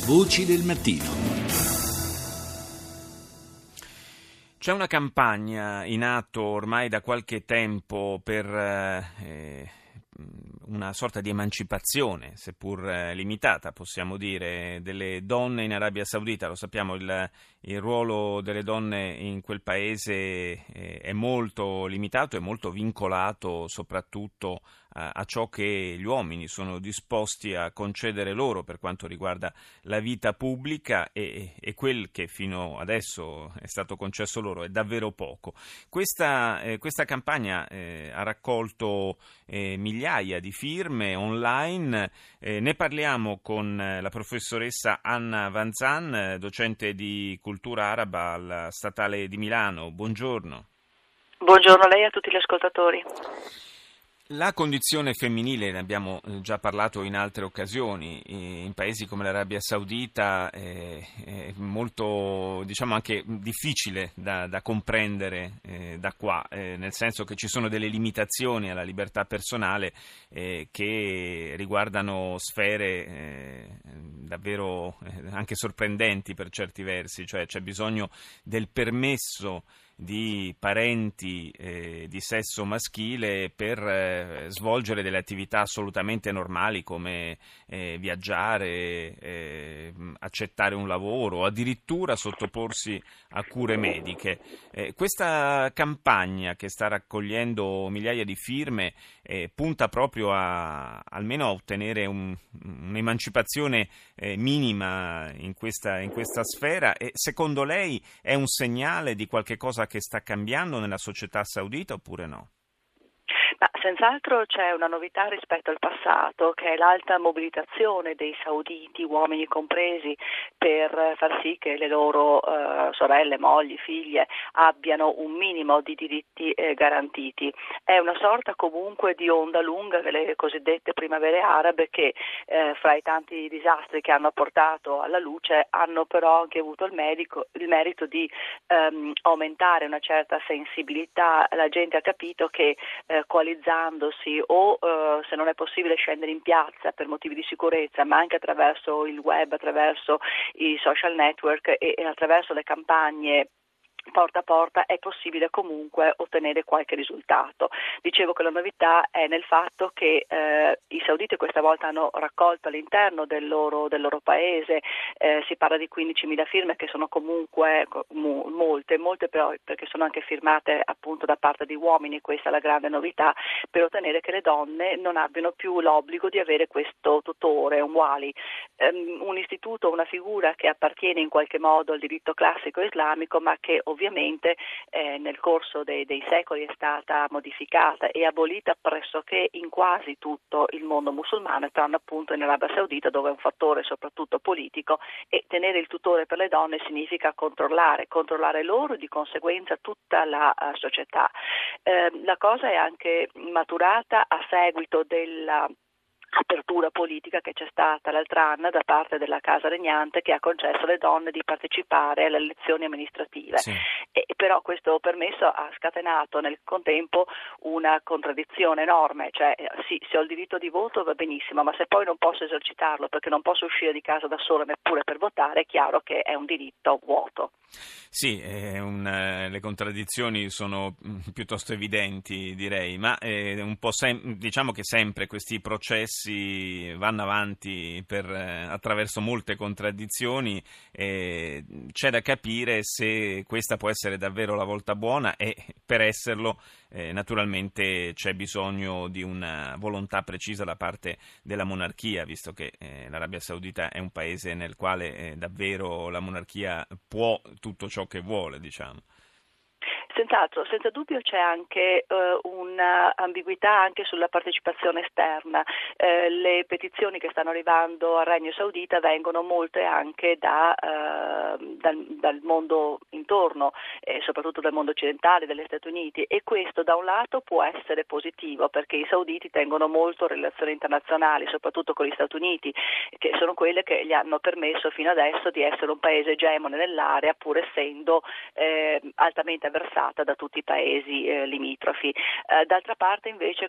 Voci del mattino. C'è una campagna in atto ormai da qualche tempo per una sorta di emancipazione, seppur limitata, possiamo dire, delle donne in Arabia Saudita. Lo sappiamo, il ruolo delle donne in quel paese è molto limitato, è molto vincolato soprattutto a ciò che gli uomini sono disposti a concedere loro per quanto riguarda la vita pubblica, e quel che fino adesso è stato concesso loro è davvero poco. Questa campagna ha raccolto migliaia di firme online. Ne parliamo con la professoressa Anna Vanzan, docente di cultura araba alla Statale di Milano. Buongiorno. Buongiorno a lei e a tutti gli ascoltatori. La condizione femminile, ne abbiamo già parlato in altre occasioni, in paesi come l'Arabia Saudita è molto, diciamo, anche difficile da comprendere da qua, nel senso che ci sono delle limitazioni alla libertà personale che riguardano sfere davvero anche sorprendenti per certi versi, cioè c'è bisogno del permesso di parenti di sesso maschile per svolgere delle attività assolutamente normali come viaggiare, accettare un lavoro o addirittura sottoporsi a cure mediche. Questa campagna, che sta raccogliendo migliaia di firme, punta proprio almeno a ottenere un'emancipazione minima in questa sfera. E secondo lei è un segnale di qualche cosa che sta cambiando nella società saudita oppure no? Ma senz'altro c'è una novità rispetto al passato, che è l'alta mobilitazione dei sauditi, uomini compresi, per far sì che le loro sorelle, mogli, figlie abbiano un minimo di diritti garantiti. È una sorta comunque di onda lunga delle cosiddette primavere arabe che fra i tanti disastri che hanno portato alla luce hanno però anche avuto il merito di aumentare una certa sensibilità. La gente ha capito che coalizzandosi o se non è possibile scendere in piazza per motivi di sicurezza, ma anche attraverso il web, attraverso i social network e attraverso le campagne porta a porta, è possibile comunque ottenere qualche risultato. Dicevo che la novità è nel fatto che i sauditi questa volta hanno raccolto all'interno del loro paese, si parla di 15.000 firme, che sono comunque molte però, perché sono anche firmate appunto da parte di uomini. Questa è la grande novità, per ottenere che le donne non abbiano più l'obbligo di avere questo tutore, un wali, un istituto, una figura che appartiene in qualche modo al diritto classico islamico, ma che ovviamente nel corso dei secoli è stata modificata e abolita pressoché in quasi tutto il mondo musulmano, tranne appunto in Arabia Saudita, dove è un fattore soprattutto politico, e tenere il tutore per le donne significa controllare loro e di conseguenza tutta la società. La cosa è anche maturata a seguito della apertura politica che c'è stata l'altro anno da parte della casa regnante, che ha concesso alle donne di partecipare alle elezioni amministrative. Sì. E però questo permesso ha scatenato nel contempo una contraddizione enorme, cioè sì, se ho il diritto di voto va benissimo, ma se poi non posso esercitarlo perché non posso uscire di casa da sola neppure per votare, è chiaro che è un diritto vuoto. Sì, le contraddizioni sono piuttosto evidenti, direi, ma un po' diciamo che sempre questi processi vanno avanti attraverso molte contraddizioni. C'è da capire se questa può essere davvero la volta buona, e per esserlo naturalmente c'è bisogno di una volontà precisa da parte della monarchia, visto che l'Arabia Saudita è un paese nel quale davvero la monarchia può tutto ciò che vuole, diciamo. Senz'altro, senza dubbio c'è anche un'ambiguità anche sulla partecipazione esterna. Le petizioni che stanno arrivando al Regno Saudita vengono molte anche dal mondo intorno, soprattutto dal mondo occidentale, dagli Stati Uniti, e questo da un lato può essere positivo perché i sauditi tengono molto relazioni internazionali, soprattutto con gli Stati Uniti, che sono quelle che gli hanno permesso fino adesso di essere un paese egemone nell'area, pur essendo altamente avversario accettata da tutti i paesi limitrofi. D'altra parte invece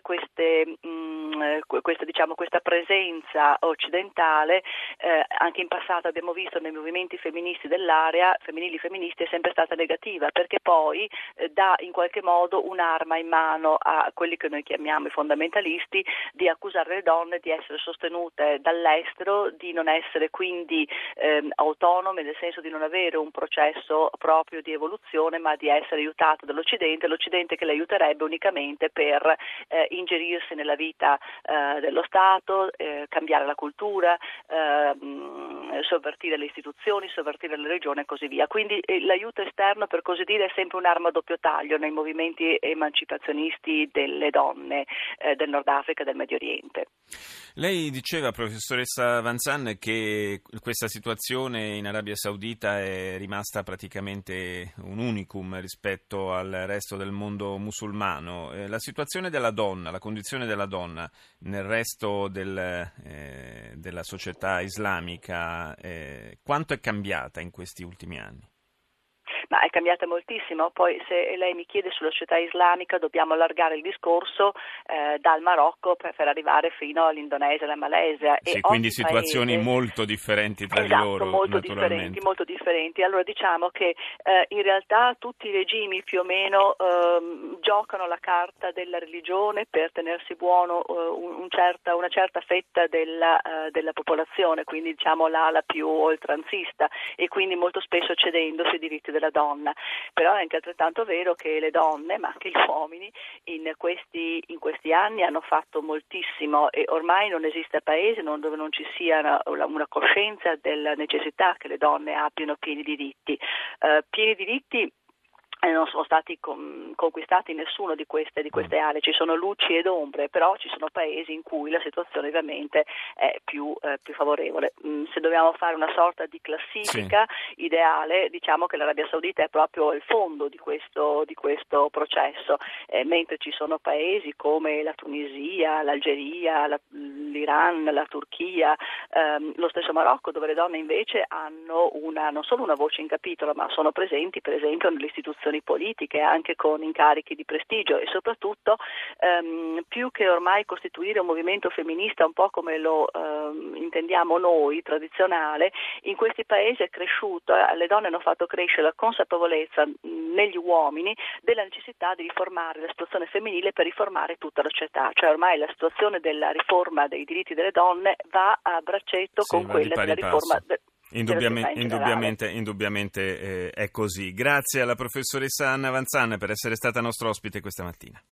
questa presenza occidentale anche in passato abbiamo visto nei movimenti femministi dell'area, femminili femministi, è sempre stata negativa, perché poi dà in qualche modo un'arma in mano a quelli che noi chiamiamo i fondamentalisti di accusare le donne di essere sostenute dall'estero, di non essere quindi autonome, nel senso di non avere un processo proprio di evoluzione, ma di essere aiutate dall'Occidente, l'Occidente che le aiuterebbe unicamente per ingerirsi nella vita dello Stato, cambiare la cultura, sovvertire le istituzioni, sovvertire le regioni e così via. Quindi l'aiuto esterno, per così dire, è sempre un'arma a doppio taglio nei movimenti emancipazionisti delle donne del Nord Africa e del Medio Oriente. Lei diceva, professoressa Vanzan, che questa situazione in Arabia Saudita è rimasta praticamente un unicum rispetto al resto del mondo musulmano. La situazione della donna, la condizione della donna nel resto della società islamica, quanto è cambiata in questi ultimi anni? Ma è cambiata moltissimo. Poi, se lei mi chiede sulla società islamica, dobbiamo allargare il discorso dal Marocco per arrivare fino all'Indonesia e alla Malesia. Sì, e quindi situazioni molto differenti tra di loro, molto naturalmente. molto differenti. Allora diciamo che in realtà tutti i regimi più o meno giocano la carta della religione per tenersi buono una certa fetta della popolazione, quindi diciamo l'ala più oltranzista, e quindi molto spesso cedendosi i diritti della donna. Però è anche altrettanto vero che le donne, ma anche gli uomini, in questi anni hanno fatto moltissimo, e ormai non esiste paese dove non ci sia una coscienza della necessità che le donne abbiano pieni diritti. Non sono stati conquistati in nessuno di queste aree, ci sono luci ed ombre, però ci sono paesi in cui la situazione ovviamente è più favorevole. Se dobbiamo fare una sorta di classifica ideale, diciamo che l'Arabia Saudita è proprio il fondo di questo processo, mentre ci sono paesi come la Tunisia, l'Algeria, l'Iran, la Turchia, lo stesso Marocco, dove le donne invece hanno non solo una voce in capitolo, ma sono presenti per esempio nelle istituzioni politiche, anche con incarichi di prestigio, e soprattutto più che ormai costituire un movimento femminista un po' come lo intendiamo noi, tradizionale, in questi paesi è cresciuto, le donne hanno fatto crescere la consapevolezza negli uomini della necessità di riformare la situazione femminile per riformare tutta la società, cioè ormai la situazione della riforma dei diritti delle donne va a braccetto con quella della riforma Indubbiamente è così. Grazie alla professoressa Anna Vanzan per essere stata nostra ospite questa mattina.